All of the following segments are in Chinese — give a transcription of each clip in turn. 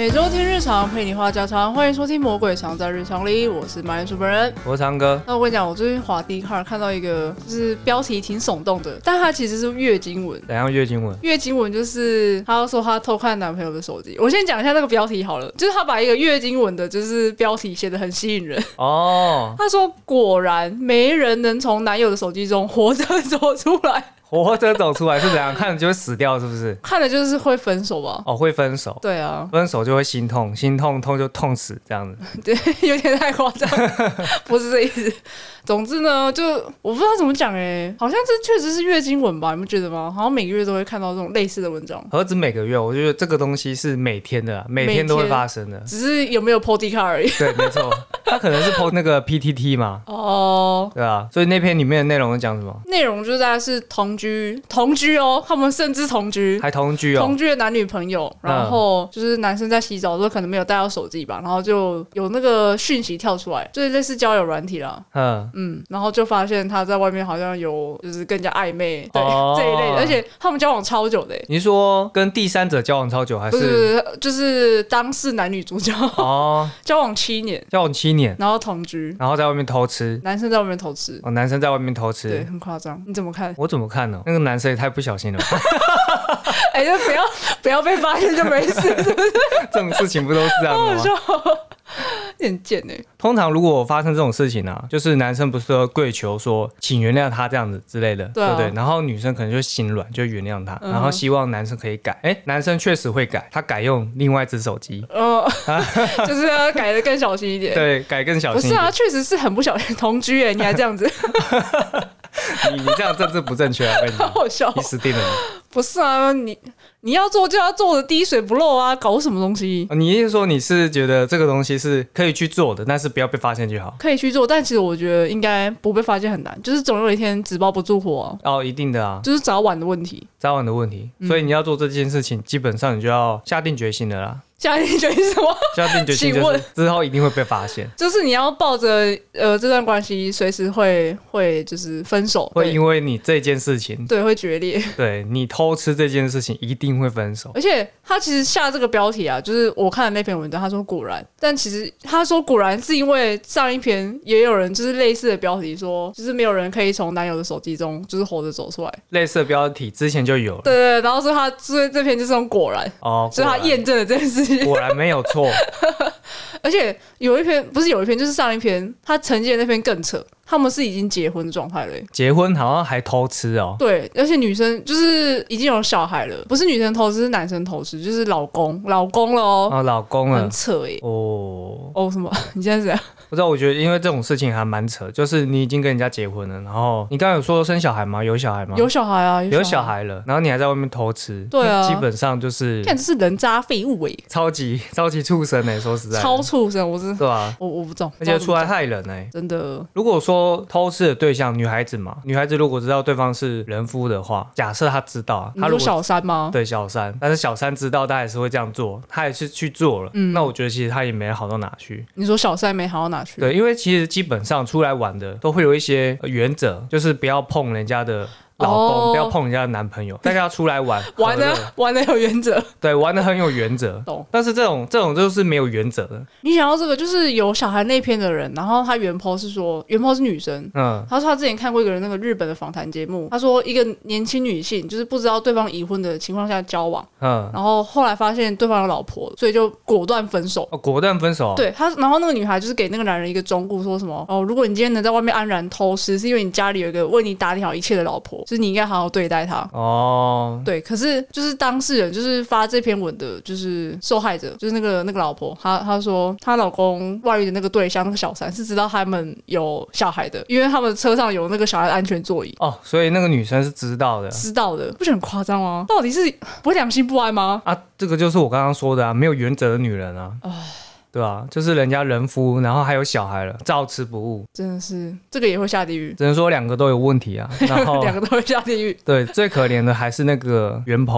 每周听日常，陪你话家常，欢迎收听《魔鬼藏在日常里》，我是马铃薯本人， 我是长哥。 那我跟你讲，我最近滑 Dcard 看到一个，就是标题挺耸动的，但它其实是月经文。 怎样月经文？ 月经文就是她说她偷看男朋友的手机。我先讲一下那个标题好了，就是她把一个月经文的，就是标题写得很吸引人。哦，她说果然没人能从男友的手机中活着走出来。 活着走出来是怎样？看着就会死掉，是不是？ 看的就是会分手吧？ 哦，会分手。 对啊， 分手就会心痛，心痛就痛死这样子。 对，有点太夸张，不是这意思。总之呢，就我不知道怎么讲好像这确实是月经文吧？你们觉得吗？好像每个月都会看到这种类似的文章。 何止每个月？我觉得这个东西是每天的，每天都会发生的， 只是有没有 po Dcard 而已。 对，没错，他可能是 po 那个 PTT 嘛。哦，对啊，所以那篇里面的内容是讲什么？ 内容就大概是同居哦，他们甚至同居， 还同居哦， 同居的男女朋友，然后就是男生在洗澡的时候可能没有带到手机吧，然后就有那个讯息跳出来，就是类似交友软体啦，然后就发现他在外面好像有就是更加暧昧，对、这一类的，而且他们交往超久的。 你说跟第三者交往超久还是？ 不是，就是当事男女主角哦，交往7年，然后同居， 然后在外面偷吃， 男生在外面偷吃， 哦，男生在外面偷吃， 对，很夸张。你怎么看？ 我怎么看呢？那个男生也太不小心了吧。 就不要被发现就没事，是不是？ 这种事情不都是这样的吗？ 好好笑，很贱通常如果发生这种事情啊，就是男生不是会跪求说请原谅他这样子之类的，对不对？然后女生可能就心软，就原谅他，然后希望男生可以改。男生确实会改，他改用另外一只手机， 就是要改得更小心一点。 对，改更小心一点。 不是啊，确实是很不小心同居你还这样子。 你这样政治不正确啊！ 好好笑， 你死定了。 不是啊，你要做就要做的滴水不漏啊，搞什么东西？ 你意思说你是觉得这个东西是可以去做的，但是不要被发现就好？ 可以去做，但其实我觉得应该不被发现很难，就是总有一天纸包不住火啊。 哦，一定的啊， 就是早晚的问题。 所以你要做这件事情，基本上你就要下定决心了啦。 下定决心什么？ 下定决心就是之后一定会被发现， 就是你要抱着这段关系随时会就是分手， 会因为你这件事情， 对，会决裂。对， 你偷吃这件事情一定会分手。 而且他其实下这个标题啊，就是我看的那篇文章，他说果然，但其实他说果然是因为上一篇也有人就是类似的标题说，就是没有人可以从男友的手机中就是活着走出来。类似的标题之前就有了， 对，然后所以这篇就是用果然哦，所以他验证了这件事情。 果然没有错。 而且就是上一篇他承接的那篇更扯，他们是已经结婚的状态了。 结婚好像还偷吃哦。 对，而且女生就是已经有小孩了，不是女生偷吃，是男生偷吃，就是老公了哦。 老公了， 很扯什么？你现在是怎样？ 不知道，我觉得因为这种事情还蛮扯，就是你已经跟人家结婚了，然后你刚刚有说生小孩吗？有小孩吗？ 有小孩啊， 有小孩了，然后你还在外面偷吃， 对啊， 基本上就是看这是人渣废物超级畜生说实在， 超畜生，我是对吧？ 我不懂， 而且出来害人真的。 如果说偷吃的对象女孩子嘛，女孩子如果知道对方是人夫的话，假设她知道， 你说小三吗？ 对，小三，但是小三知道，她也是会这样做，她也是去做了，那我觉得其实她也没好到哪去。 你说小三没好到哪去？ 对，因为其实基本上出来玩的都会有一些原则，就是不要碰人家的老公，不要碰人家的男朋友，大家要出来玩玩的有原则， 对，玩的很有原则。但是这种就是没有原则的。 你想要这个，就是有小孩那篇的人，然后他原 po 是女生，他说他之前看过一个人那个日本的访谈节目，他说一个年轻女性就是不知道对方已婚的情况下交往，然后后来发现对方有老婆，所以就果断分手。 果断分手。 对他，然后那个女孩就是给那个男人一个忠告，说什么如果你今天能在外面安然偷吃，是因为你家里有一个为你打理好一切的老婆。就是你应该好好对待他对，可是就是当事人，就是发这篇文的，就是受害者，就是那个老婆，她说她老公外遇的那个对象，那个小三是知道他们有小孩的，因为他们车上有那个小孩的安全座椅所以那个女生是知道的， 不是很夸张吗？到底是不会良心不安吗？ 这个就是我刚刚说的啊，没有原则的女人啊。对啊，就是人家人夫，然后还有小孩了，照吃不误， 真的是这个也会下地狱， 只能说两个都有问题啊。然后两个都会下地狱。 对，最可怜的还是那个原 po 啦。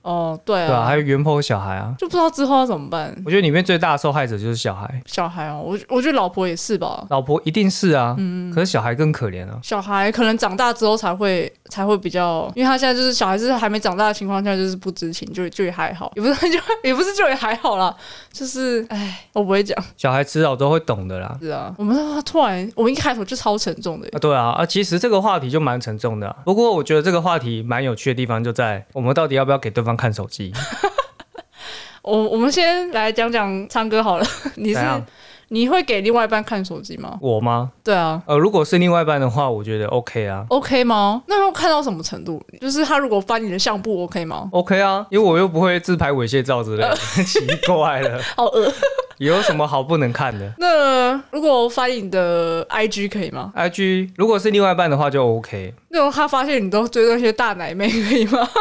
哦，对啊， 对啊，还有原剖小孩啊， 就不知道之后要怎么办。 我觉得里面最大的受害者就是小孩。 小孩哦，我觉得老婆也是吧。 老婆一定是啊，可是小孩更可怜啊。 小孩可能长大之后才会比较，因为他现在就是小孩是还没长大的情况下，就是不知情，就也还好，也不是就也还好啦，就是我不会讲。小孩迟早都会懂的啦。 是啊，我们突然我们一开头就超沉重的。 对啊，其实这个话题就蛮沉重的啊。不过我觉得这个话题蛮有趣的地方就在我们到底要不要给对方看手机。 我们先来讲讲唱歌好了。你会给另外一半看手机吗？ 我吗？ 对啊。 如果是另外一半的话，我觉得 OK 啊。 OK 吗？那要看到什么程度？就是他如果翻你的相簿 OK 吗？ OK 啊，因为我又不会自拍猥亵照之类的。奇怪了。 好恶。 有什么好不能看的？ 那如果翻你的 IG 可以吗？ IG 如果是另外一半的话就 OK。 那种他发现你都追那些大奶妹可以吗？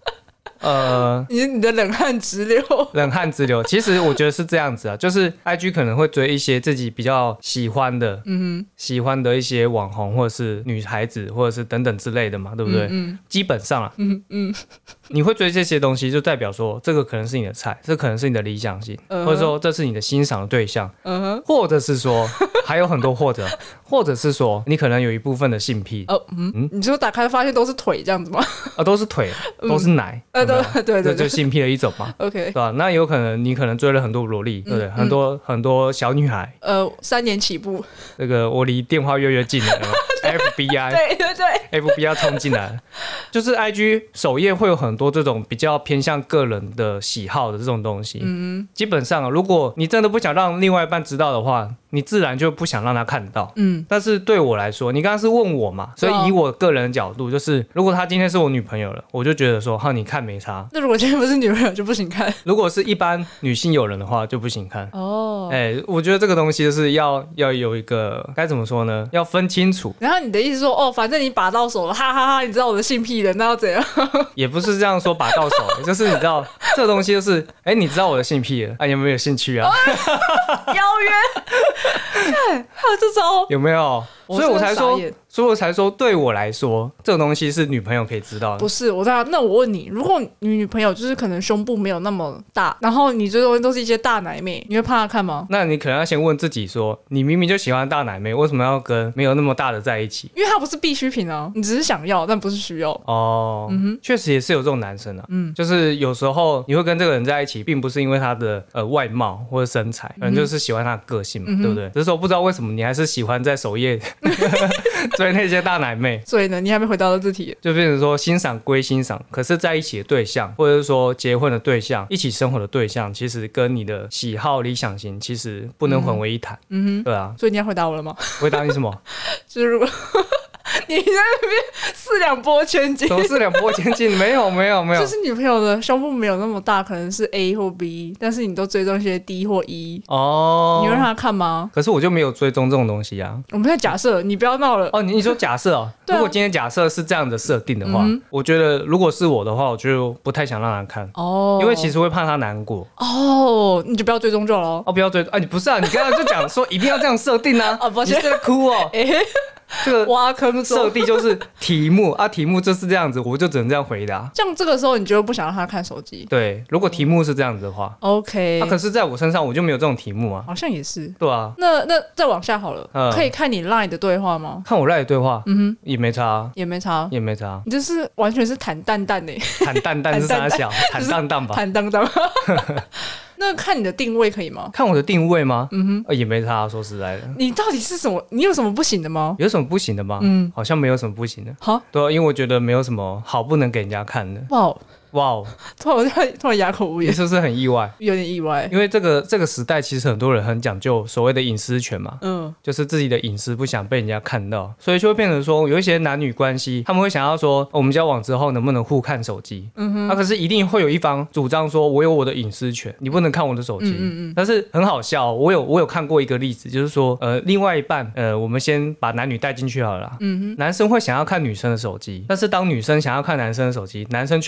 你的冷汗直流。 冷汗直流。其实我觉得是这样子啊，就是 IG 可能会追一些自己比较喜欢的，喜欢的一些网红或者是女孩子或者是等等之类的嘛，对不对？基本上啊，你会追这些东西，就代表说这个可能是你的菜，这可能是你的理想型，或者说这是你的欣赏的对象，或者是说还有很多或者是说你可能有一部分的性癖。 你说打开发现都是腿这样子吗？ 都是腿，都是奶。 对， 这就性癖的一种嘛。 OK， 对吧？那有可能你可能追了很多萝莉，对不对？很多小女孩。 3年起步。 这个我离电话越近了。FBI， 对 ，FBI 冲进来了。就是 IG 首页会有很多这种比较偏向个人的喜好的这种东西。基本上如果你真的不想让另外一半知道的话，你自然就不想让他看到。但是对我来说，你刚刚是问我嘛，所以以我个人的角度，就是如果他今天是我女朋友了，我就觉得说，你看没差。 那如果今天不是女朋友就不行看？ 如果是一般女性友人的话，就不行看。我觉得这个东西就是要有一个该怎么说呢？要分清楚。 然后你的意思说，反正你把到手了，哈哈哈，你知道我的性癖的，那要怎样？ 也不是这样说把到手，就是你知道这个东西就是，你知道我的性癖了，你有没有兴趣啊？ 邀约。还有这招有没有？所以我才说，对我来说，这种东西是女朋友可以知道的。 不是，我知道。那我问你，如果你女朋友就是可能胸部没有那么大，然后你追的都是一些大奶妹，你会怕她看吗？ 那你可能要先问自己说，你明明就喜欢大奶妹，为什么要跟没有那么大的在一起？ 因为它不是必需品啊，你只是想要，但不是需要。 确实也是有这种男生啊。就是有时候你会跟这个人在一起，并不是因为他的外貌或者身材，可能就是喜欢他的个性嘛，对不对？只是说不知道为什么你还是喜欢在首页追那些大奶妹。 所以呢，你还没回答到这题， 就变成说欣赏归欣赏，可是在一起的对象，或者是说结婚的对象，一起生活的对象，其实跟你的喜好理想型其实不能混为一谈。对啊。 所以你要回答我了吗？ 回答你什么？ 就是如果你在那边4两拨千斤。 什么4两拨千斤？没有。 就是女朋友的胸部没有那么大，可能是 A 或 B， 但是你都追踪一些 D 或 E。你会让他看吗？ 可是我就没有追踪这种东西啊。 我们在假设，你不要闹了。 你说假设哦。如果今天假设是这样的设定的话，我觉得如果是我的话，我就不太想让他看。因为其实会怕他难过。 你就不要追踪就了。 不要追。你不是啊？你刚刚就讲说一定要这样设定啊。 抱歉。 你是在哭哦。这个挖坑设定就是题目啊，题目就是这样子，我就只能这样回答。 这样这个时候你就不想让他看手机？ 对，如果题目是这样子的话 ，OK。 可是在我身上我就没有这种题目啊。 好像也是。 对啊。 那再往下好了，可以看你 LINE 的对话吗？ 看我 LINE 的对话，也没差。 也没差。 你这是完全是坦荡荡的。 坦荡荡是啥小？坦荡荡吧。 坦荡荡。那看你的定位可以吗？ 看我的定位吗？也没差。说实在的， 你到底是什么？你有什么不行的吗？ 有什么不行的吗？好像没有什么不行的。 好， 对啊，因为我觉得没有什么好不能给人家看的。哇，突然哑口无言， 你是不是很意外？ 有点意外， 因为这个时代其实很多人很讲究所谓的隐私权嘛，就是自己的隐私不想被人家看到，所以就会变成说有一些男女关系，他们会想要说我们交往之后能不能互看手机，可是一定会有一方主张说我有我的隐私权，你不能看我的手机，但是很好笑，我有看过一个例子，就是说另外一半我们先把男女带进去好了啦，男生会想要看女生的手机，但是当女生想要看男生的手机，男生却不给看。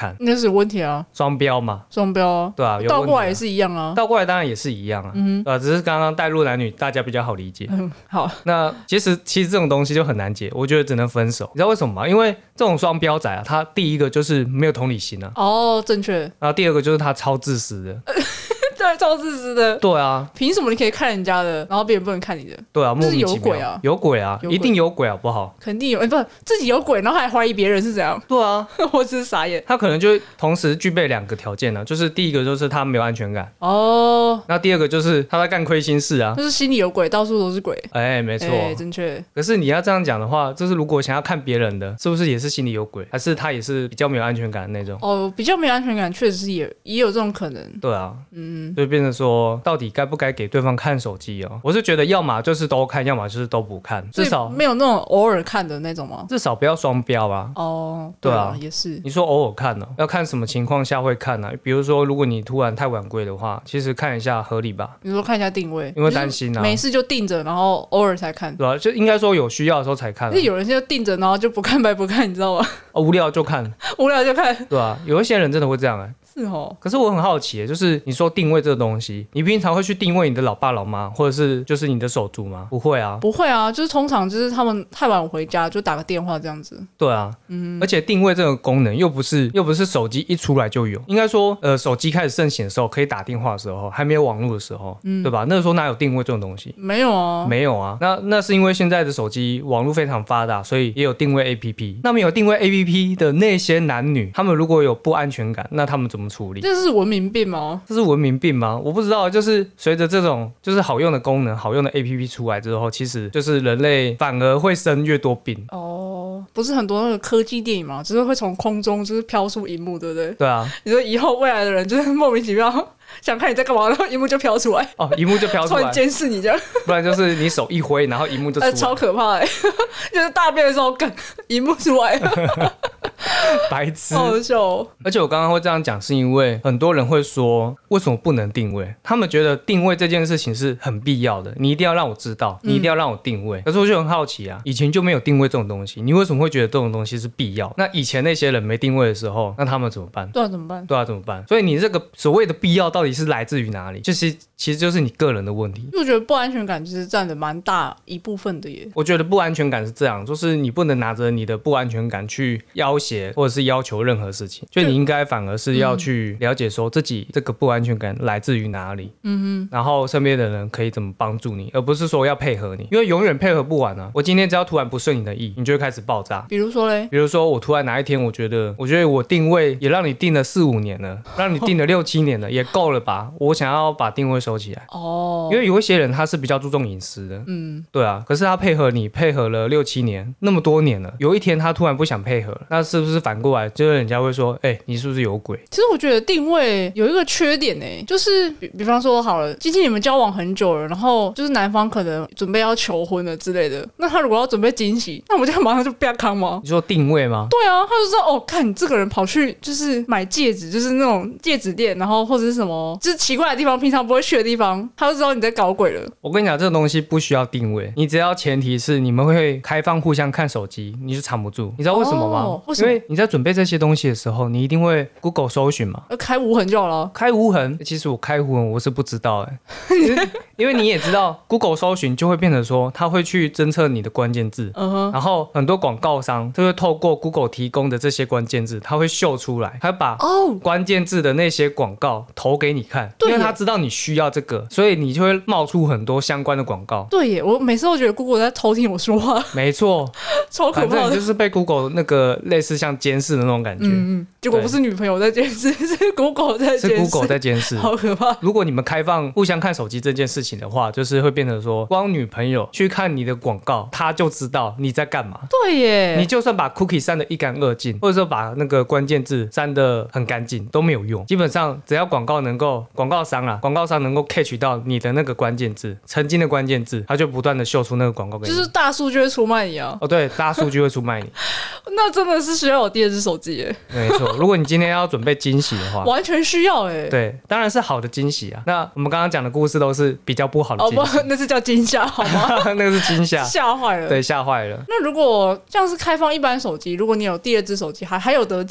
看， 那是有问题啊， 双标嘛， 双标啊， 对啊， 倒过来也是一样啊， 倒过来当然也是一样啊，对啊，只是刚刚带入男女大家比较好理解。 好， 那其实这种东西就很难解，我觉得只能分手。你知道为什么吗？因为这种双标仔啊，他第一个就是没有同理心啊， 哦，正确， 然后第二个就是他超自私的。 对，超自私的。 对啊， 凭什么你可以看人家的，然后别人不能看你的？ 对啊，莫名其妙， 有鬼啊， 有鬼啊，一定有鬼好不好？ 肯定有，不自己有鬼，然后还怀疑别人是怎样？ 对啊， 我只是傻眼。 他可能就同时具备2个条件呢，就是第一个就是他没有安全感哦， 那第二个就是他在干亏心事啊， 就是心里有鬼，到处都是鬼。 哎，没错， 正确。 可是你要这样讲的话，就是如果想要看别人的，是不是也是心里有鬼，还是他也是比较没有安全感的那种？ 哦，比较没有安全感，确实是也有这种可能。 对啊，就变成说，到底该不该给对方看手机哦？我是觉得，要么就是都看，要么就是都不看，至少没有那种偶尔看的那种吗？ 至少不要双标啊。 哦， 对啊， 也是。 你说偶尔看呢，要看什么情况下会看呢？比如说，如果你突然太晚归的话，其实看一下合理吧。 你说看一下定位， 因为担心啊， 没事就定着，然后偶尔才看。 对啊，就应该说有需要的时候才看。 就有人就定着，然后就不看白不看，你知道吗？ 无聊就看， 无聊就看。 对啊，有一些人真的会这样是哦， 可是我很好奇，就是你说定位这个东西，你平常会去定位你的老爸老妈，或者是就是你的手足吗？不会啊， 不会啊，就是通常就是他们太晚回家就打个电话这样子。 对啊，而且定位这个功能又不是手机一出来就有，应该说手机开始盛行的时候，可以打电话的时候，还没有网络的时候，对吧？那个时候哪有定位这种东西？ 没有啊， 没有啊。那是因为现在的手机网络非常发达，所以也有定位 APP。那么有定位 APP 的那些男女，他们如果有不安全感，那他们怎么处理？ 这是文明病吗？ 这是文明病吗？我不知道。就是随着这种就是好用的功能、好用的 APP 出来之后，其实就是人类反而会生越多病。 哦，不是很多那个科技电影嘛，就是会从空中就是飘出荧幕，对不对？ 对啊。 你说以后未来的人就是莫名其妙想看你在干嘛，然后荧幕就飘出来。 哦，荧幕就飘出来， 突然监视你这样。 不然就是你手一挥，然后荧幕就出来。 超可怕就是大便的时候，荧幕出来。 白痴， 好笑哦。 而且我刚刚会这样讲，是因为很多人会说，为什么不能定位？他们觉得定位这件事情是很必要的，你一定要让我知道，你一定要让我定位。可是我就很好奇啊，以前就没有定位这种东西，你为什么会觉得这种东西是必要？那以前那些人没定位的时候，那他们怎么办？ 对啊，怎么办？ 对啊，怎么办？所以你这个所谓的必要到底是来自于哪里？其实就是你个人的问题。 因为我觉得不安全感其实占的蛮大一部分的耶。 我觉得不安全感是这样，就是你不能拿着你的不安全感去要挟或者是要求任何事情，就你应该反而是要去了解说自己这个不安全感来自于哪里，然后身边的人可以怎么帮助你，而不是说要配合你，因为永远配合不完啊。我今天只要突然不顺你的意，你就会开始爆炸。 比如说嘞， 比如说我突然哪一天我觉得我定位也让你定了4-5年了，让你定了6-7年了，也够了吧？我想要把定位收起来。哦，因为有一些人他是比较注重隐私的，对啊，可是他配合你配合了6-7年，那么多年了，有一天他突然不想配合了，那是不是反过来就是人家会说，你是不是有鬼？ 其实我觉得定位有一个缺点就是比方说好了，今天你们交往很久了，然后就是男方可能准备要求婚了之类的，那他如果要准备惊喜，那我们就马上就不要扛吗？ 你说定位吗？ 对啊，他就说看你这个人跑去就是买戒指，就是那种戒指店，然后或者是什么就是奇怪的地方，平常不会去的地方，他就知道你在搞鬼了。 我跟你讲，这个东西不需要定位，你只要前提是你们会开放互相看手机，你就藏不住。你知道为什么吗？为什么？因为你在准备这些东西的时候，你一定会 Google 搜寻嘛， 开无痕就好了。开无痕， 其实我开无痕我是不知道因为你也知道 Google 搜寻就会变成说它会去侦测你的关键字，然后很多广告商就会透过 Google 提供的这些关键字，它会秀出来，它把关键字的那些广告投给你看，因为它知道你需要这个，所以你就会冒出很多相关的广告。 对耶，我每次都觉得 Google 在偷听我说话。 没错， 超可怕的。 反正你就是被 Google 那个类似像监视的那种感觉。 结果不是女朋友在监视，是 Google 在监视。 是 Google 在监视， 好可怕。 如果你们开放互相看手机这件事情的话，就是会变成说，光女朋友去看你的广告，她就知道你在干嘛。 对耶， 你就算把 cookie 删得一干二净，或者说把那个关键字删得很干净都没有用。基本上只要广告商能够 catch 到你的那个关键字，曾经的关键字，他就不断的秀出那个广告给你。 就是大数据会出卖你啊。 对，大数据会出卖你。 那真的是需要有第二只手机耶。 没错，如果你今天要准备惊喜的话， 完全需要耶。 对，当然是好的惊喜啊。那我们刚刚讲的故事都是比较不好的惊喜。 那是叫惊吓好吗？ 那个是惊吓， 吓坏了。 对，吓坏了。 那如果像是开放一般手机，如果你有第二只手机还有得解，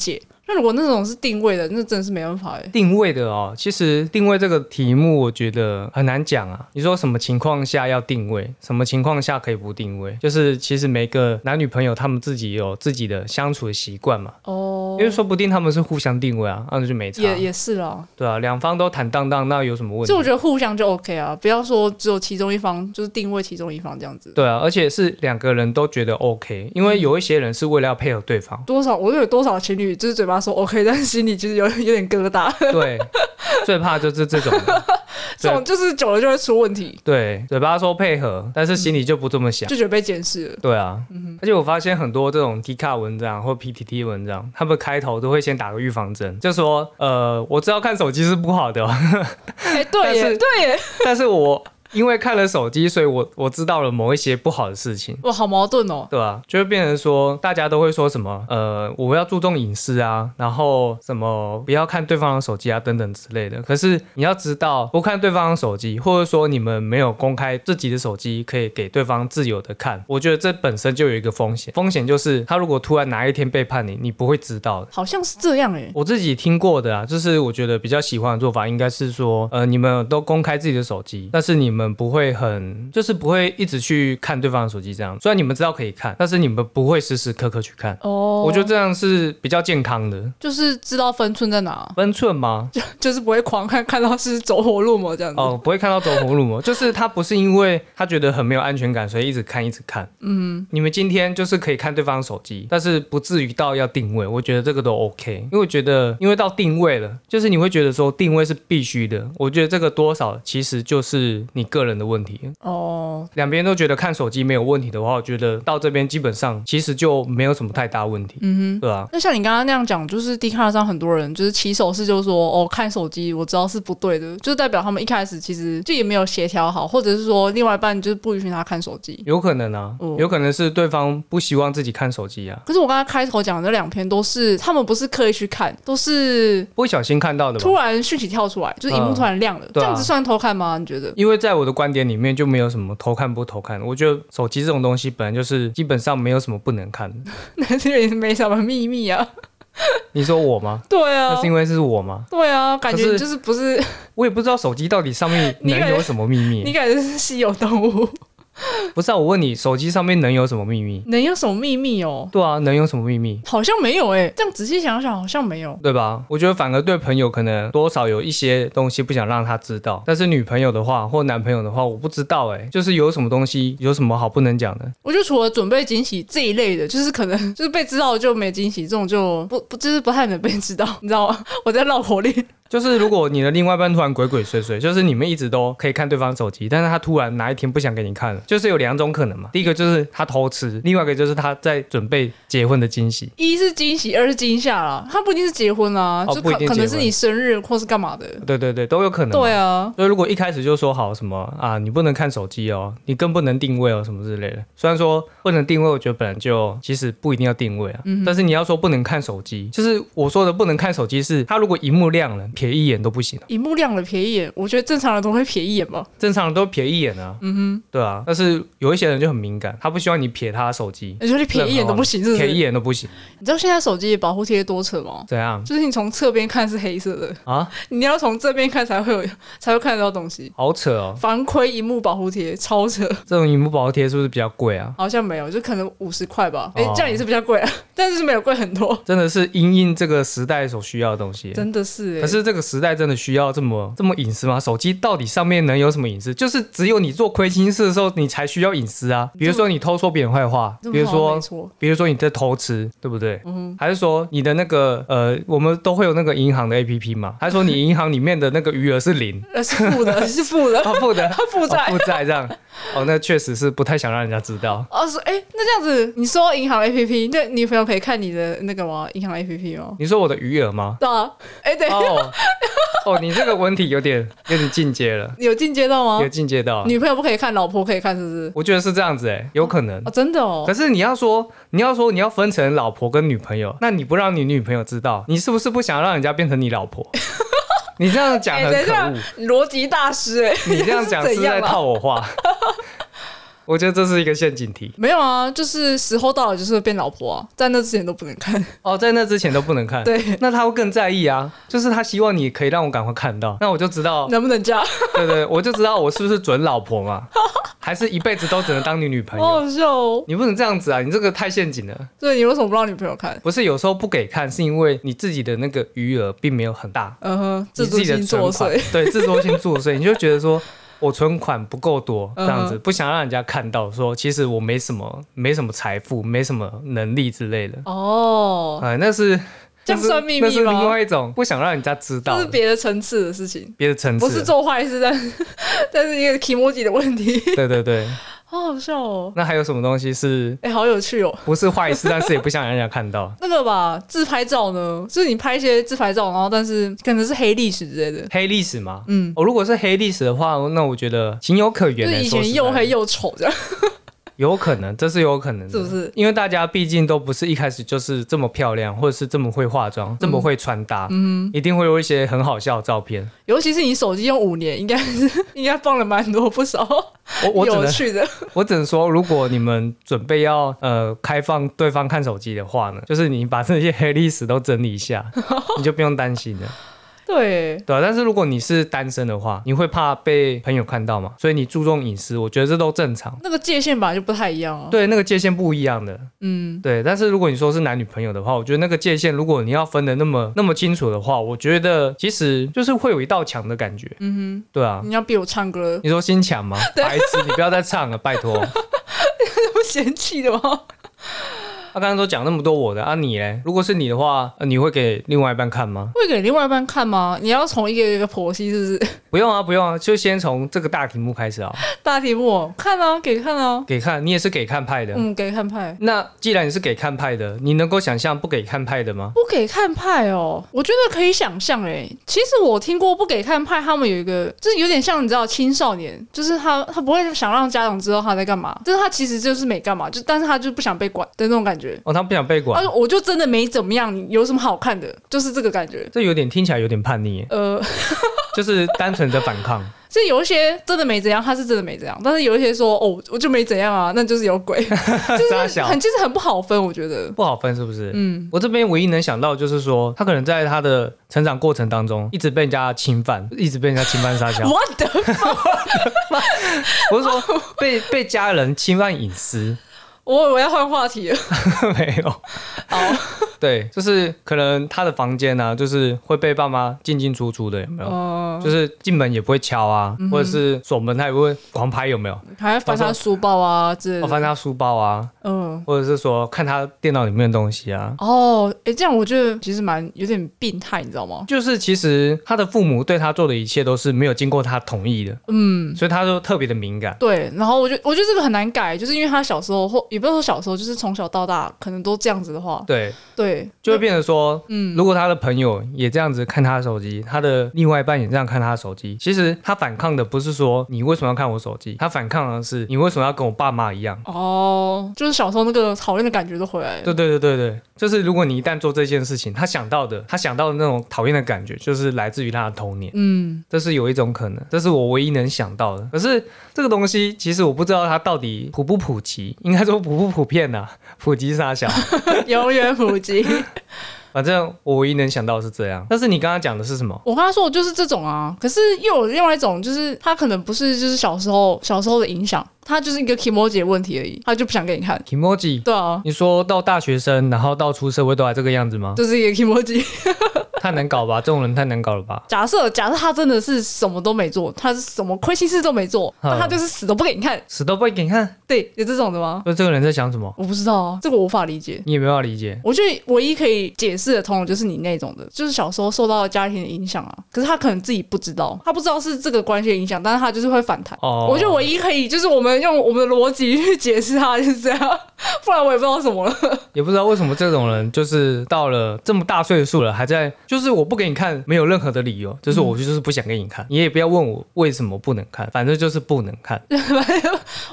那如果那种是定位的，那真的是没办法哎。 定位的哦，其实定位这个题目我觉得很难讲啊。你说什么情况下要定位，什么情况下可以不定位，就是其实每个男女朋友他们自己有自己的相处的习惯嘛。哦，因为说不定他们是互相定位啊，那就没差。 也是啦。 对啊，两方都坦荡荡，那有什么问题？ 就我觉得互相就 OK 啊，不要说只有其中一方就是定位其中一方这样子。 对啊，而且是两个人都觉得 OK， 因为有一些人是为了要配合对方。 我有多少情侣就是嘴巴说 OK， 但是心里其实有点疙瘩。对， 最怕就是这种的。 这种就是久了就会出问题。 对，嘴巴说配合，但是心里就不这么想， 就觉得被监视了。 对啊，而且我发现很多这种 Dcard 文章或 PTT 文章，他们开头都会先打个预防针，就说我知道看手机是不好的。 对耶，对耶。 但是我因为看了手机，所以我知道了某一些不好的事情。 哇，好矛盾哦。 对啊，就会变成说，大家都会说什么我要注重隐私啊，然后什么不要看对方的手机啊等等之类的。可是你要知道，不看对方的手机，或者说你们没有公开自己的手机，可以给对方自由的看，我觉得这本身就有一个风险。风险就是他如果突然哪一天背叛你，你不会知道的。 好像是这样耶。 我自己听过的啊，就是我觉得比较喜欢的做法应该是说，你们都公开自己的手机，但是你们不会就是不会一直去看对方的手机这样。虽然你们知道可以看，但是你们不会时时刻刻去看。哦，我觉得这样是比较健康的， 就是知道分寸在哪。 分寸吗？ 就是不会狂看到是走火入魔这样子。 哦，不会看到走火入魔，就是他不是因为他觉得很没有安全感，所以一直看。你们今天就是可以看对方的手机，但是不至于到要定位，我觉得这个都 OK。因为我觉得，因为到定位了，就是你会觉得说定位是必须的。我觉得这个多少其实就是你个人的问题。哦，两边都觉得看手机没有问题的话，我觉得到这边基本上其实就没有什么太大问题。对啊。 那像你刚刚那样讲，就是 Dcard 上很多人就是起手式，就是说看手机我知道是不对的，就是代表他们一开始其实就也没有协调好，或者是说另外一半就是不允许他看手机。 有可能啊，有可能是对方不希望自己看手机啊。 可是我刚才开头讲的那2篇都是他们不是刻意去看，都是不小心看到的吧， 突然讯息跳出来，就是荧幕突然亮了，这样子算偷看吗？你觉得？ 因为在我的观点里面就没有什么偷看不偷看，我觉得手机这种东西本来就是基本上没有什么不能看的。 那是因为没什么秘密啊。 你说我吗？ 对啊， 那是因为是我吗？ 对啊，感觉就是不是。 我也不知道手机到底上面能有什么秘密。 你感觉是稀有动物。 不是啊，我问你，手机上面能有什么秘密？ 能有什么秘密哦？ 对啊，能有什么秘密？ 好像没有欸，这样仔细想想好像没有， 对吧？我觉得反而对朋友可能多少有一些东西不想让他知道，但是女朋友的话或男朋友的话，我不知道欸，就是有什么东西有什么好不能讲的。 我觉得除了准备惊喜这一类的，就是可能就是被知道就没惊喜，这种就就是不太能被知道，你知道吗？我在绕口令。 就是如果你的另外一半突然鬼鬼祟祟，就是你们一直都可以看对方手机，但是他突然哪一天不想给你看了，就是有2种可能嘛。第一个就是他偷吃，另外一个就是他在准备结婚的惊喜。 一是惊喜，二是惊吓啦。他不一定是结婚啊，就可能是你生日或是干嘛的。 对对对，都有可能。 对啊， 所以如果一开始就说好什么啊，你不能看手机哦，你更不能定位哦，什么之类的。虽然说不能定位，我觉得本来就其实不一定要定位啊。但是你要说不能看手机，就是我说的不能看手机是，他如果荧幕亮了，瞥一眼都不行。 荧幕亮了瞥一眼，我觉得正常人都会瞥一眼吧。 正常人都瞥一眼啊。对啊。但是有一些人就很敏感，他不希望你瞥他的手机。 你说你瞥一眼都不行，是不是？ 瞥一眼都不行。 你知道现在手机的保护贴多扯吗？ 怎样？ 就是你从侧边看是黑色的啊，你要从这边看才会看得到东西。 好扯哦！ 防窥荧幕保护贴超扯。 这种荧幕保护贴是不是比较贵啊？ 好像没有，就可能50块吧。这样也是比较贵啊，但是没有贵很多。 真的是因应这个时代所需要的东西。 真的是。 可是这个时代真的需要这么隐私吗？手机到底上面能有什么隐私？就是只有你做亏心事的时候，你才需要隐私啊。比如说你偷说别人坏话，比如说你在偷吃，对不对？还是说你的那个我们都会有那个银行的 APP 嘛？还是说你银行里面的那个余额是0？ 是负的，是负的， 负的， 负债， 负债这样。那确实是不太想让人家知道。 那这样子，你说银行 APP， 那女朋友可以看你的那个吗？银行 APP 吗？ 你说我的余额吗？ 对啊。对。 你这个问题有点进阶了。 有进阶到吗？ 有进阶到。 女朋友不可以看，老婆可以看，是不是？ 我觉得是这样子有可能。 真的哦。 可是你要说你要分成老婆跟女朋友，那你不让你女朋友知道，你是不是不想让人家变成你老婆？你这样讲很可恶。 逻辑大师你这样讲是在套我话。 我觉得这是一个陷阱题。 没有啊，就是时候到了就是会变老婆啊，在那之前都不能看。 哦，在那之前都不能看。 对， 那他会更在意啊，就是他希望你可以让我赶快看到，那我就知道能不能嫁。 对对，我就知道我是不是准老婆嘛，还是一辈子都只能当你女朋友。 好好笑哦！ 你不能这样子啊，你这个太陷阱了。 对，你为什么不让女朋友看？ 不是有时候不给看，是因为你自己的那个余额并没有很大。 自作心作祟。 对，自作心作祟，你就觉得说我存款不够多，这样子不想让人家看到，说其实我没什么财富，没什么能力之类的。哦，那是。 这样算秘密吗？ 那是另外一种不想让人家知道， 这是别的层次的事情， 别的层次， 不是做坏事，但是一个 kimoji 的问题。 对对对， 好好笑哦。 那还有什么东西是？ 好有趣哦。 不是坏事，但是也不想让人家看到。 那个吧，自拍照呢，就是你拍一些自拍照，然后但是可能是黑历史之类的。 黑历史吗？如果是黑历史的话，那我觉得情有可原。 就是以前又黑又丑这样。 有可能，这是有可能的， 是不是？ 因为大家毕竟都不是一开始就是这么漂亮，或者是这么会化妆，这么会穿搭，一定会有一些很好笑的照片。 尤其是你手机用5年，应该放了蛮多不少有趣的。 我只能说，如果你们准备要开放对方看手机的话呢，就是你把这些黑历史都整理一下，你就不用担心了。 对对啊，但是如果你是单身的话，你会怕被朋友看到嘛？所以你注重隐私，我觉得这都正常。 那个界限本来就不太一样啊。 对，那个界限不一样的。对。但是如果你说是男女朋友的话，我觉得那个界限，如果你要分得那么清楚的话，我觉得其实就是会有一道墙的感觉。对啊。 你要逼我唱歌？ 你说心墙吗？白痴，你不要再唱了，拜托。 不嫌弃的吗？ 他刚刚都讲那么多我的啊，你嘞？如果是你的话，你会给另外一半看吗？ 会给另外一半看吗？你要从一个一个剖析，是不是？ 不用啊，不用啊，就先从这个大题目开始啊。 大题目看啊，给看啊， 给看，你也是给看派的。 给看派。 那既然你是给看派的，你能够想象不给看派的吗？ 不给看派哦，我觉得可以想象哎。其实我听过不给看派，他们有一个就是有点像你知道青少年，就是他不会想让家长知道他在干嘛，就是他其实就是没干嘛，但是他就不想被管的那种感觉。 哦，他不想被管。 我就真的没怎么样，你有什么好看的？就是这个感觉。 这有点听起来有点叛逆。就是单纯的反抗。 所以有一些真的没怎样，他是真的没怎样，但是有一些说我就没怎样啊，那就是有鬼，就是其实很不好分，我觉得不好分是不是？我这边唯一能想到就是说，他可能在他的成长过程当中一直被人家侵犯，一直被人家侵犯撒娇。 What the fuck？ 我是说被家人侵犯隐私。 我要换话题了。 没有。好。对，就是可能他的房间啊，就是会被爸妈进进出出的，有没有？就是进门也不会敲啊，或者是锁门他也不会狂拍，有没有？ 还会翻他书包啊之类的。 翻他书包啊，或者是说看他电脑里面的东西啊。 这样我觉得其实有点病态，你知道吗？ 就是其实他的父母对他做的一切都是没有经过他同意的，所以他就特别的敏感。 对，然后我觉得这个很难改，就是因为他小时候也不是说小时候，就是从小到大可能都这样子的话，对， 就会变成说，如果他的朋友也这样子看他的手机，他的另外一半也这样看他的手机，其实他反抗的不是说你为什么要看我手机，他反抗的是你为什么要跟我爸妈一样。就是小时候那个讨厌的感觉都回来了。对，就是如果你一旦做这件事情，他想到的那种讨厌的感觉，就是来自于他的童年。这是有一种可能，这是我唯一能想到的。可是这个东西其实我不知道它到底普不普及，应该说普不普遍啊，普及啥小永远普及。 反正我唯一能想到的是这样。但是你刚刚讲的是什么？ 我刚刚说的就是这种啊，可是又有另外一种，就是他可能不是就是小时候的影响，他就是一个 kimoji 的问题而已，他就不想给你看 kimoji。对啊， 你说到大学生，然后到出社会都还这个样子吗？ 就是一个 kimoji。 太难搞吧，这种人太难搞了吧。 假设他真的是什么都没做，他是什么亏心事都没做，但他就是死都不给你看， 死都不会给你看。 对，有这种的吗？ 那这个人在想什么？ 我不知道啊，这个我无法理解。 你也没办法理解。 我觉得唯一可以解释得通的就是你那种的，就是小时候受到家庭的影响啊，可是他可能自己不知道，他不知道是这个关系的影响，但是他就是会反弹。我觉得唯一可以就是我们用我们的逻辑去解释他就是这样，不然我也不知道什么了。 也不知道为什么这种人就是到了这么大岁数了，还在就是我不给你看，没有任何的理由，就是我就是不想给你看，你也不要问我为什么不能看，反正就是不能看。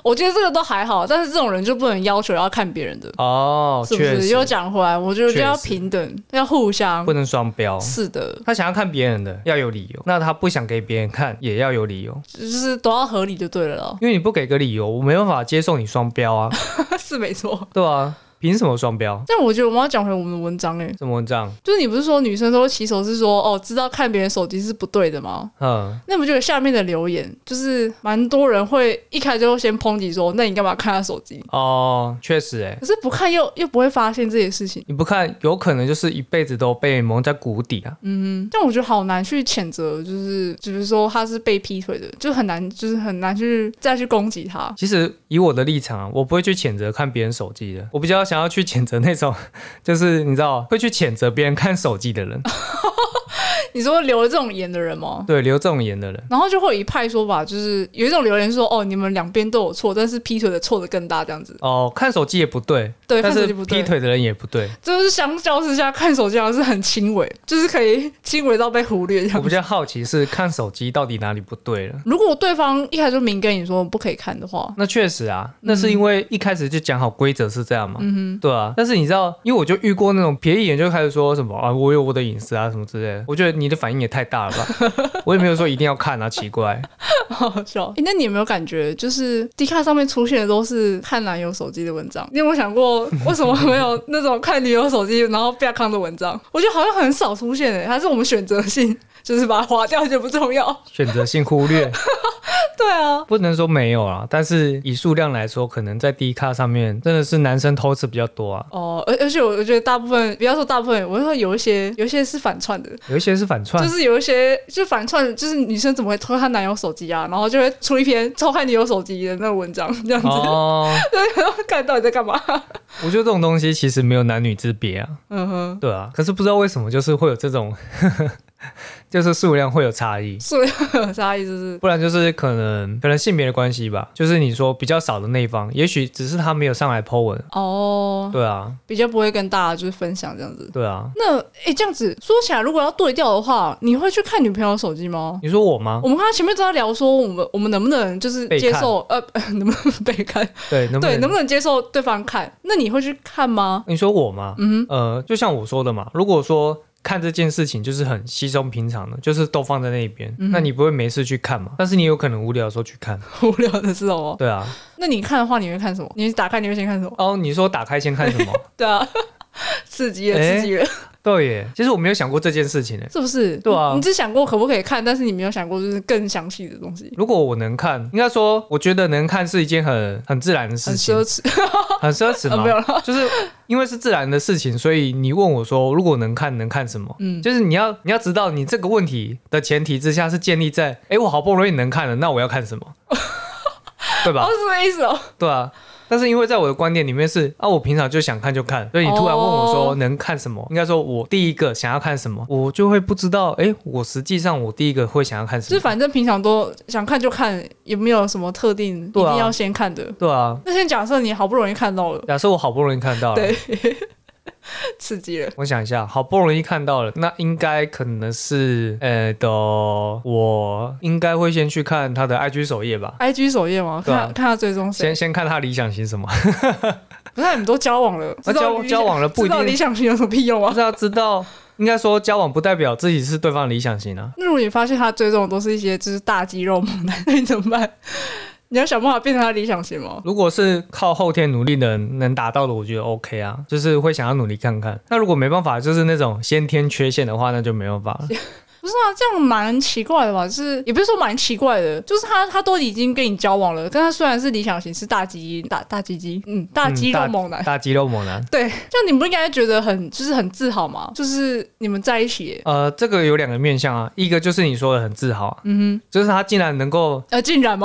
我觉得这个都还好，但是这种人就不能要求要看别人的哦， 是不是？又讲回来，我觉得要平等，要互相， 不能双标。 是的， 他想要看别人的要有理由，那他不想给别人看也要有理由， 就是都要合理就对了咯。 因为你不给个理由，我没办法接受你双标啊。 是没错， 对啊。凭什么双标？ 但我觉得我们要讲回我们的文章什么文章？ 就是你不是说女生都会起手是说知道看别人手机是不对的吗？那不觉得下面的留言就是蛮多人会一开始就先抨击说，那你干嘛看他手机？ 确实可是不看又不会发现这些事情。 你不看，有可能就是一辈子都被蒙在鼓底啊。 但我觉得好难去谴责，就是说他是被劈腿的，就很难去再去攻击他。 其实以我的立场啊，我不会去谴责看别人手机的，我比较想要去谴责那种就是你知道会去谴责别人看手机的人。 你说留了这种言的人吗？ 对，留这种言的人， 然后就会有一派说法，就是有一种留言说你们两边都有错，但是劈腿的错的更大这样子。 看手机也不对， 对， 但是劈腿的人也不对， 就是相较之下看手机好像是很轻微，就是可以轻微到被忽略这样子。 我比较好奇是看手机到底哪里不对了。 如果对方一开始就明跟你说不可以看的话， 那确实啊，那是因为一开始就讲好规则是这样嘛。对啊。但是你知道，因为我就遇过那种瞥一眼就开始说什么我有我的隐私啊什么之类的，我觉得你的反应也太大了吧。我也没有说一定要看啊，奇怪。 好好笑。那你有没有感觉就是 Dcard 上面出现的都是看男友手机的文章？你有没有想过为什么没有那种看女友手机然后不要看的文章？我觉得好像很少出现还是我们选择性就是把它划掉就不重要， 选择性忽略。 对啊， 不能说没有啦，但是以数量来说，可能在 Dcard 上面真的是男生偷吃比较多啊。 而且我觉得大部分，不要说大部分，我会说有一些是反串的， 有一些是反串， 就是有一些就反串，就是女生怎么会偷看男友手机啊，然后就会出一篇偷看女友手机的那个文章这样子。对，看到底在干嘛？ 我觉得这种东西其实没有男女之别啊。对啊，可是不知道为什么就是会有这种就是数量会有差异， 数量有差异，就是不然就是可能性别的关系吧，就是你说比较少的那一方，也许只是他没有上来 po 文对啊， 比较不会跟大家就是分享这样子。 对啊， 那这样子说起来，如果要对调的话，你会去看女朋友手机吗？ 你说我吗？ 我们刚才前面都在聊说我们能不能就是接受能不能被看？ 对，能不能接受对方看？那你会去看吗？ 你说我吗？就像我说的嘛，如果说看这件事情就是很稀松平常的，就是都放在那边，那你不会没事去看嘛？但是你有可能无聊的时候去看。 无聊的是什么？ 对啊。 那你看的话，你会看什么？你打开你会先看什么？ 你说打开先看什么？ 对啊，刺激了。 对耶，其实我没有想过这件事情是不是？ 对啊， 你只想过可不可以看，但是你没有想过就是更详细的东西。 如果我能看，应该说我觉得能看是一件很自然的事情， 很奢侈， 很奢侈吗？ 没有啦， 就是因为是自然的事情，所以你问我说如果能看能看什么？就是你要知道你这个问题的前提之下是建立在我好不容易能看了，那我要看什么？对吧？ 是什么意思？ 对啊。但是因为在我的观点里面是我平常就想看就看，所以你突然问我说能看什么，应该说我第一个想要看什么，我就会不知道我实际上我第一个会想要看什么， 就是反正平常都想看就看，也没有什么特定一定要先看的。 对啊。 那先假设你好不容易看到了， 假设我好不容易看到了， 对。刺激了。 我想一下，好不容易看到了，那应该可能是我应该会先去看他的 IG 首页吧。 IG 首页吗？看他追踪谁？ 先看他理想型什么。 不是你们都交往了， 交往了不一定知道理想型有什么屁用啊？ 不是要知道，应该说交往不代表自己是对方的理想型啊。 那如果你发现他追踪的都是一些就是大肌肉猛男，那你怎么办？你要想办法变成他理想型吗？ 如果是靠后天努力的能达到的，我觉得 OK 啊，就是会想要努力看看。那如果没办法，就是那种先天缺陷的话，那就没办法了。 不是啊，这样蛮奇怪的吧？就是也不是说蛮奇怪的，就是他都已经跟你交往了，但他虽然是理想型，是大肌肉猛男， 大肌肉猛男。 对，这样你不应该觉得很自豪吗？就是你们在一起。 这个有两个面向啊，一个就是你说的很自豪啊，就是他竟然能够竟然吗？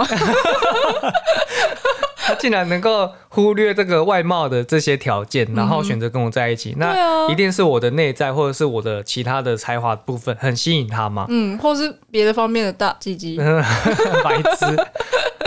他竟然能够忽略这个外貌的这些条件，然后选择跟我在一起，那一定是我的内在或者是我的其他的才华部分很吸引他嘛？ 或是别的方面的大鸡鸡， 白痴。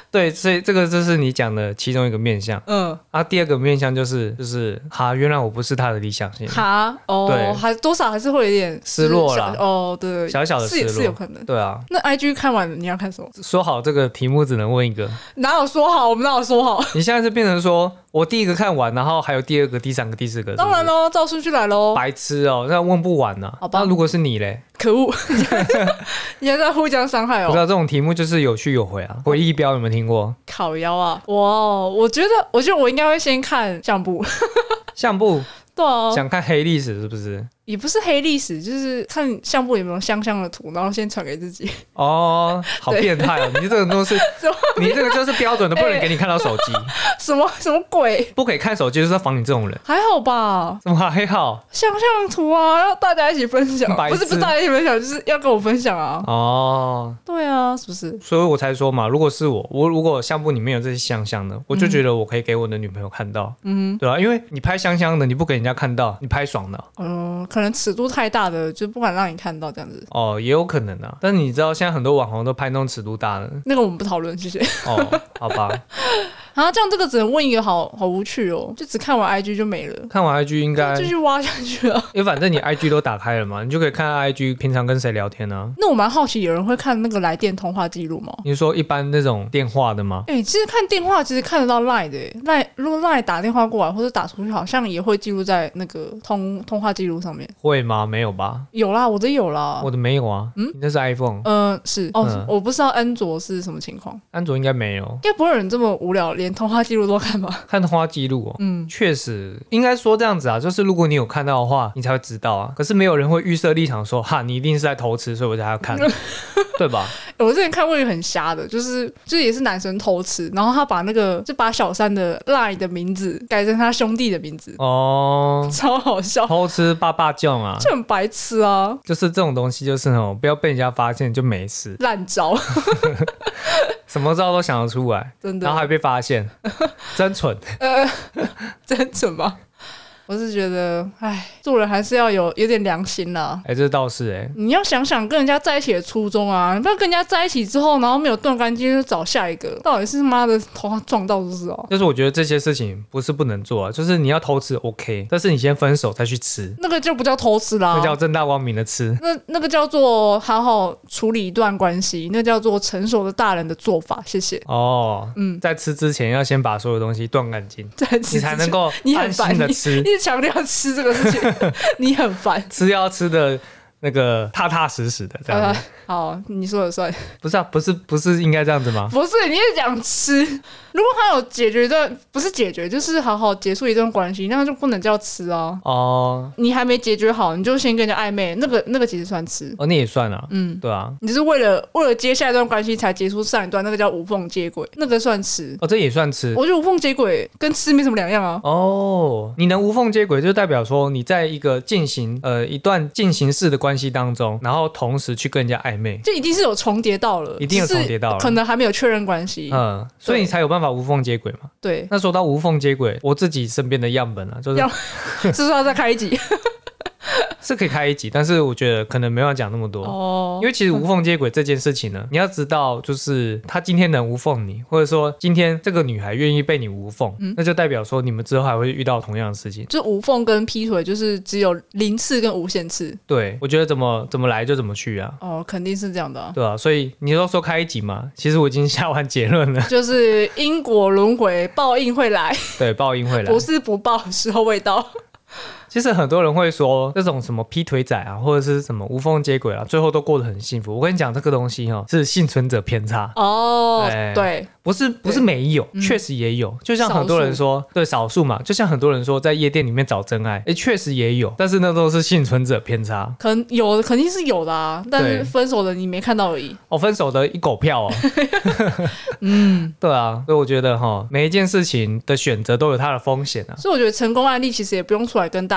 对，所以这个就是你讲的其中一个面向。第二个面向就是原来我不是他的理想型。 对，还多少还是会有点失落啦。 对， 小小的失落是有可能。 对啊。 那 IG 看完了，你要看什么？ 说好这个题目只能问一个。 哪有说好？我们哪有说好？ 你现在是变成说我第一个看完，然后还有第二个、第三个、第四个。 当然咯，照顺序来咯。 白痴哦，那问不完啊。好吧。那如果是你嘞？ 可恶！你还在互相伤害哦。 不知道这种题目就是有去有回啊。回忆标有没有听过？ 烤腰啊！我觉得我应该会先看相簿。 相簿。 对啊。 想看黑历史是不是？ 也不是黑历史，就是看相簿有没有香香的图，然后先传给自己。 好变态哦！你这个都是，你这个就是标准的，不能给你看到手机。 什么鬼？ 不可以看手机，就是要防你这种人。 还好吧？ 怎么还好？ 香香图啊，要大家一起分享。不是大家一起分享，就是要跟我分享啊。对啊，是不是？ 所以我才说嘛，如果是我如果相簿里面有这些香香的，我就觉得我可以给我的女朋友看到。对啊，因为你拍香香的，你不给人家看到，你拍爽的。 可能尺度太大的就不敢让你看到这样子。 也有可能啊。但是你知道现在很多网红都拍那种尺度大的， 那个我们不讨论，谢谢。 好吧。 这样这个只能问一个，好无趣哦，就只看完 IG 就没了。看完 IG 应该继续挖下去啊。 因为反正你 IG 都打开了嘛，你就可以看 IG 平常跟谁聊天啊。 那我蛮好奇，有人会看那个来电通话记录吗？ 你说一般那种电话的吗？ 其实看电话其实看得到 LINE 的，LINE 如果 LINE 打电话过来或者打出去，好像也会记录在那个通话记录上面。会吗？没有吧？ 有啦，我的有啦。 我的没有啊。你那是 iPhone。 是我不知道安卓是什么情况。 安卓应该没有。 应该不会有人这么无聊，连通话记录都看吧？ 看通话记录确实应该说这样子啊，就是如果你有看到的话，你才会知道啊。可是没有人会预设立场说，你一定是在偷吃，所以我才要看，对吧？我之前看过一个很瞎的，就是也是男生偷吃，然后他把小三的 LINE 的名字改成他兄弟的名字，超好笑。偷吃爸爸酱啊，就很白痴啊。就是这种东西，就是不要被人家发现就没事。烂招。什么招都想得出来，真的，然后还被发现，真蠢。真蠢吧？我是觉得，做人还是要有点良心啦。这倒是你要想想跟人家在一起的初衷啊，你不要跟人家在一起之后，然后没有断干净就找下一个，到底是妈的头发撞到就是哦。就是我觉得这些事情不是不能做啊，就是你要偷吃 OK， 但是你先分手再去吃，那个就不叫偷吃啦，那叫正大光明的吃。那个叫做好好处理一段关系，那叫做成熟的大人的做法。谢谢。在吃之前要先把所有东西断干净，你才能够安心的吃。强调吃这个事情，你很烦。吃要吃的那个踏踏实实的这样子。好，你说了算。不是啊，不是应该这样子吗？不是，你是讲吃。如果他有解决一段，不是解决，就是好好结束一段关系，那就不能叫吃啊。你还没解决好，你就先跟人家暧昧，那个其实算吃。那也算啊。对啊。你就是为了接下一段关系才结束上一段，那个叫无缝接轨，那个算吃。这也算吃。我觉得无缝接轨跟吃没什么两样啊。你能无缝接轨，就代表说你在一个一段进行式的关系当中，然后同时去跟人家暧昧，就一定是有重叠到了，一定有重叠到了，可能还没有确认关系。所以你才有办法无缝接轨嘛。对。那说到无缝接轨，我自己身边的样本啊，就是是不是要再开一集？是可以开一集，但是我觉得可能没办法讲那么多因为其实无缝接轨这件事情呢，你要知道，就是他今天能无缝你，或者说今天这个女孩愿意被你无缝，那就代表说你们之后还会遇到同样的事情。就无缝跟劈腿就是只有零次跟无限次。对，我觉得怎么来就怎么去啊。肯定是这样的啊。对啊，所以你都说开一集嘛，其实我已经下完结论了，就是因果轮回，报应会来。对，报应会来，不是不报，时候未到。其实很多人会说这种什么劈腿仔啊，或者是什么无缝接轨啊，最后都过得很幸福。我跟你讲，这个东西是幸存者偏差。对，不是没有，确实也有。就像很多人说，对，少数嘛。就像很多人说，在夜店里面找真爱，确实也有，但是那都是幸存者偏差。可能有的，肯定是有的啊，但是分手的你没看到而已。分手的一狗票哦。对啊，所以我觉得每一件事情的选择都有它的风险啊。所以我觉得成功案例其实也不用出来跟大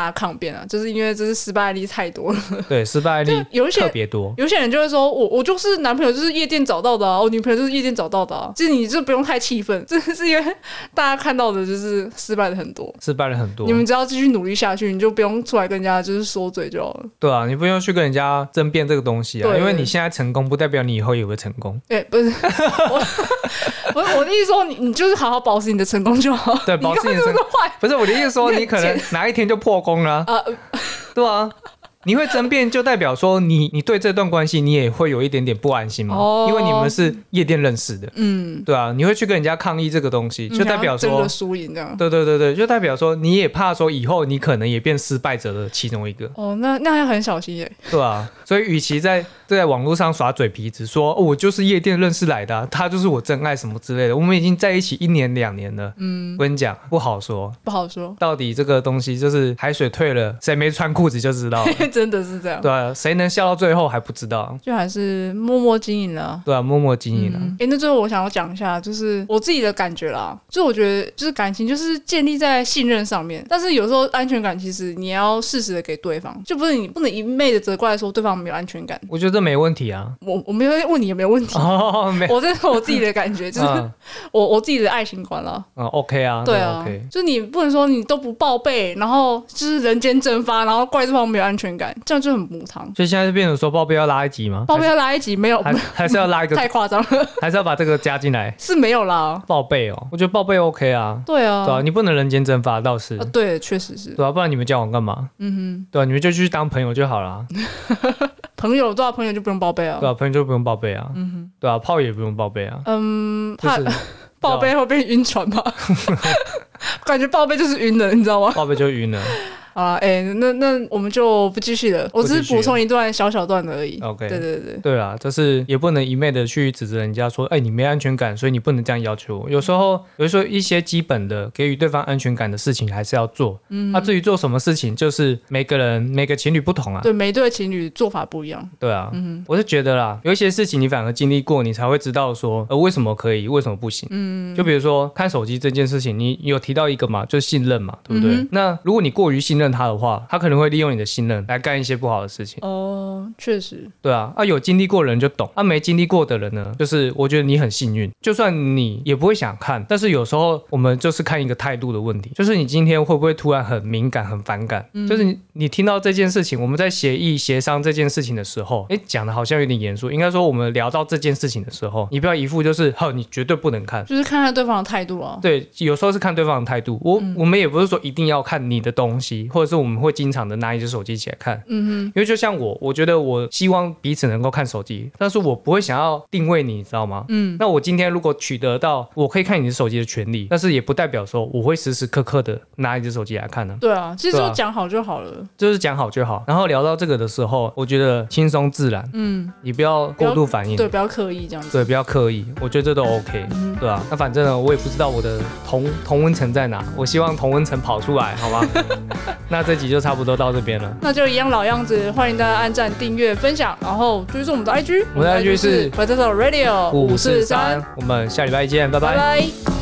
大家抗辩啊，就是因为这是失败案例太多了。 对，失败案例特别多。 有些人就会说我就是男朋友就是夜店找到的啊，我女朋友就是夜店找到的啊，就是你就不用太气愤，这是因为大家看到的就是失败的很多，你们只要继续努力下去，你就不用出来跟人家就是说嘴就好了。 对啊，你不用去跟人家争辩这个东西啊，因为你现在成功不代表你以后也会成功。 不是我的意思说你就是好好保持你的成功就好。 对，保持你的成功。不是我的意思说你可能哪一天就破功了啊。对啊。你会争辩就代表说你对这段关系你也会有一点点不安心嘛，因为你们是夜店认识的，对啊，你会去跟人家抗议这个东西，就代表说争个输赢这样。 对，就代表说你也怕说以后你可能也变失败者的其中一个。 那要很小心耶。对啊，所以与其在网络上耍嘴皮子说我就是夜店认识来的他就是我真爱什么之类的，我们已经在一起1年2年了，我跟你讲不好说，到底这个东西就是海水退了谁没穿裤子就知道了。 真的是这样。 对啊，谁能笑到最后还不知道， 就还是默默经营了。 对啊，默默经营了。 那最后我想要讲一下，就是我自己的感觉啦，就我觉得就是感情就是建立在信任上面，但是有时候安全感其实你要适时的给对方，就不是你不能一昧的责怪说对方没有安全感。 我觉得这没问题啊， 我没有问你有没有问题。我在说我自己的感觉，就是我自己的爱情观啦。 OK 啊， 对啊，就是你不能说你都不报备，然后就是人间蒸发，然后怪对方没有安全感，这样就很母汤。 所以现在就变成说报备要拉一集吗？ 报备要拉一集没有？ 还是要拉一个？ 太夸张了， 还是要把这个加进来？ 是没有啦。 报备我觉得报备 OK 啊。 对啊， 你不能人间蒸发倒是。 对，确实是。 对啊，不然你们交往干嘛？对啊，你们就去当朋友就好了。 朋友对啊，朋友就不用报备啊。 对啊，朋友就不用报备啊。对啊，炮也不用报备啊。 怕报备会变晕船吧？感觉报备就是晕了，你知道吗？ 报备就晕了。 啊，那我们就不继续了。我只是补充一段小段的而已。 OK， 对啦，就是也不能一昧的去指责人家说，你没安全感，所以你不能这样要求我。有时候一些基本的给予对方安全感的事情还是要做。至于做什么事情，就是每个情侣不同啊。 对，每对情侣做法不一样。 对啊，我是觉得啦，有一些事情你反而经历过，你才会知道说，为什么可以，为什么不行。就比如说看手机这件事情，你有提到一个嘛，就是信任嘛，对不对？那如果你过于信任他的话，他可能会利用你的信任来干一些不好的事情。 确实。 对啊，有经历过的人就懂，没经历过的人呢，就是我觉得你很幸运，就算你也不会想看，但是有时候我们就是看一个态度的问题，就是你今天会不会突然很敏感、很反感？就是你听到这件事情，我们在协议协商这件事情的时候，讲的好像有点严肃，应该说我们聊到这件事情的时候，你不要一副就是你绝对不能看， 就是看看对方的态度啊。 对，有时候是看对方的态度。我们也不是说一定要看你的东西，或者是我们会经常的拿一只手机起来看。因为就像我觉得我希望彼此能够看手机，但是我不会想要定位你知道吗？那我今天如果取得到我可以看你的手机的权利，但是也不代表说我会时时刻刻的拿一只手机来看呢。 对啊，其实就讲好就好了。 就是讲好就好。然后聊到这个的时候，我觉得轻松自然。你不要过度反应。 对，不要刻意这样子。 对，不要刻意，我觉得这都 OK。对啊，那反正呢，我也不知道我的同温层在哪，我希望同温层跑出来，好吗？那这集就差不多到这边了。 那就一样老样子，欢迎大家按赞、订阅、分享，然后追踪我们的 IG。 我们的 IG 是 Potato Radio 543。 我们下礼拜见，拜拜。 拜拜。